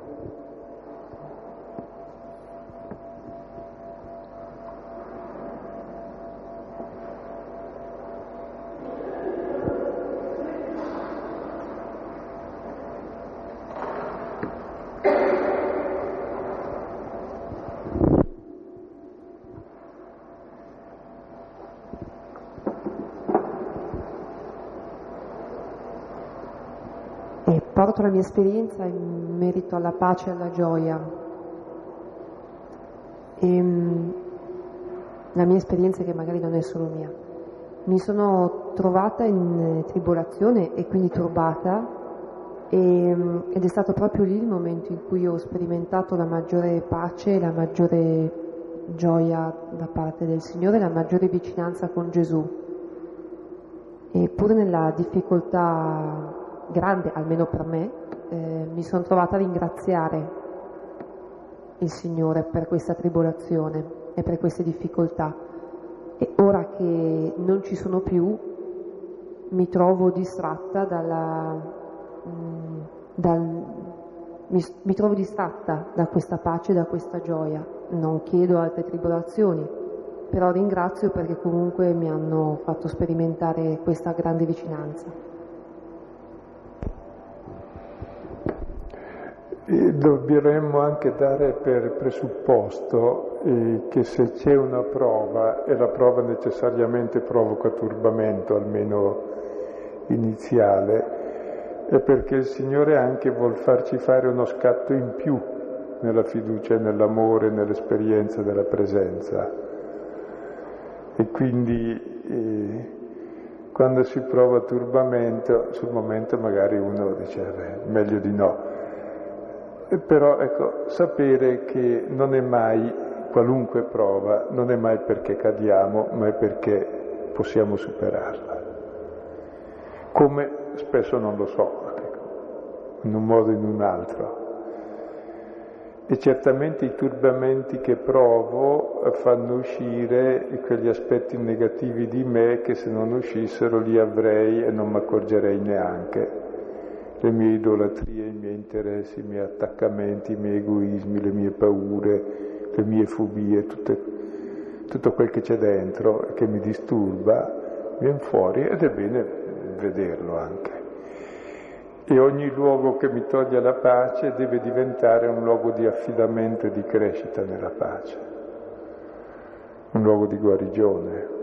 Porto la mia esperienza in merito alla pace e alla gioia. La mia esperienza che magari non è solo mia. Mi sono trovata in tribolazione e quindi turbata ed è stato proprio lì il momento in cui ho sperimentato la maggiore pace e la maggiore gioia da parte del Signore, la maggiore vicinanza con Gesù. E pur nella difficoltà grande, almeno per me, mi sono trovata a ringraziare il Signore per questa tribolazione e per queste difficoltà. E ora che non ci sono più, mi trovo distratta mi trovo distratta da questa pace, da questa gioia. Non chiedo altre tribolazioni, però ringrazio perché comunque mi hanno fatto sperimentare questa grande vicinanza. E dovremmo anche dare per presupposto che se c'è una prova, e la prova necessariamente provoca turbamento, almeno iniziale, è perché il Signore anche vuol farci fare uno scatto in più nella fiducia, nell'amore, nell'esperienza della presenza. E quindi quando si prova turbamento, sul momento magari uno dice meglio di no. Però ecco, sapere che non è mai, qualunque prova, non è mai perché cadiamo, ma è perché possiamo superarla. Come spesso non lo so, ecco, in un modo o in un altro. E certamente i turbamenti che provo fanno uscire quegli aspetti negativi di me che se non uscissero li avrei e non mi accorgerei neanche. Le mie idolatrie, i miei interessi, i miei attaccamenti, i miei egoismi, le mie paure, le mie fobie, tutto quel che c'è dentro e che mi disturba, viene fuori ed è bene vederlo anche. E ogni luogo che mi toglie la pace deve diventare un luogo di affidamento e di crescita nella pace, un luogo di guarigione.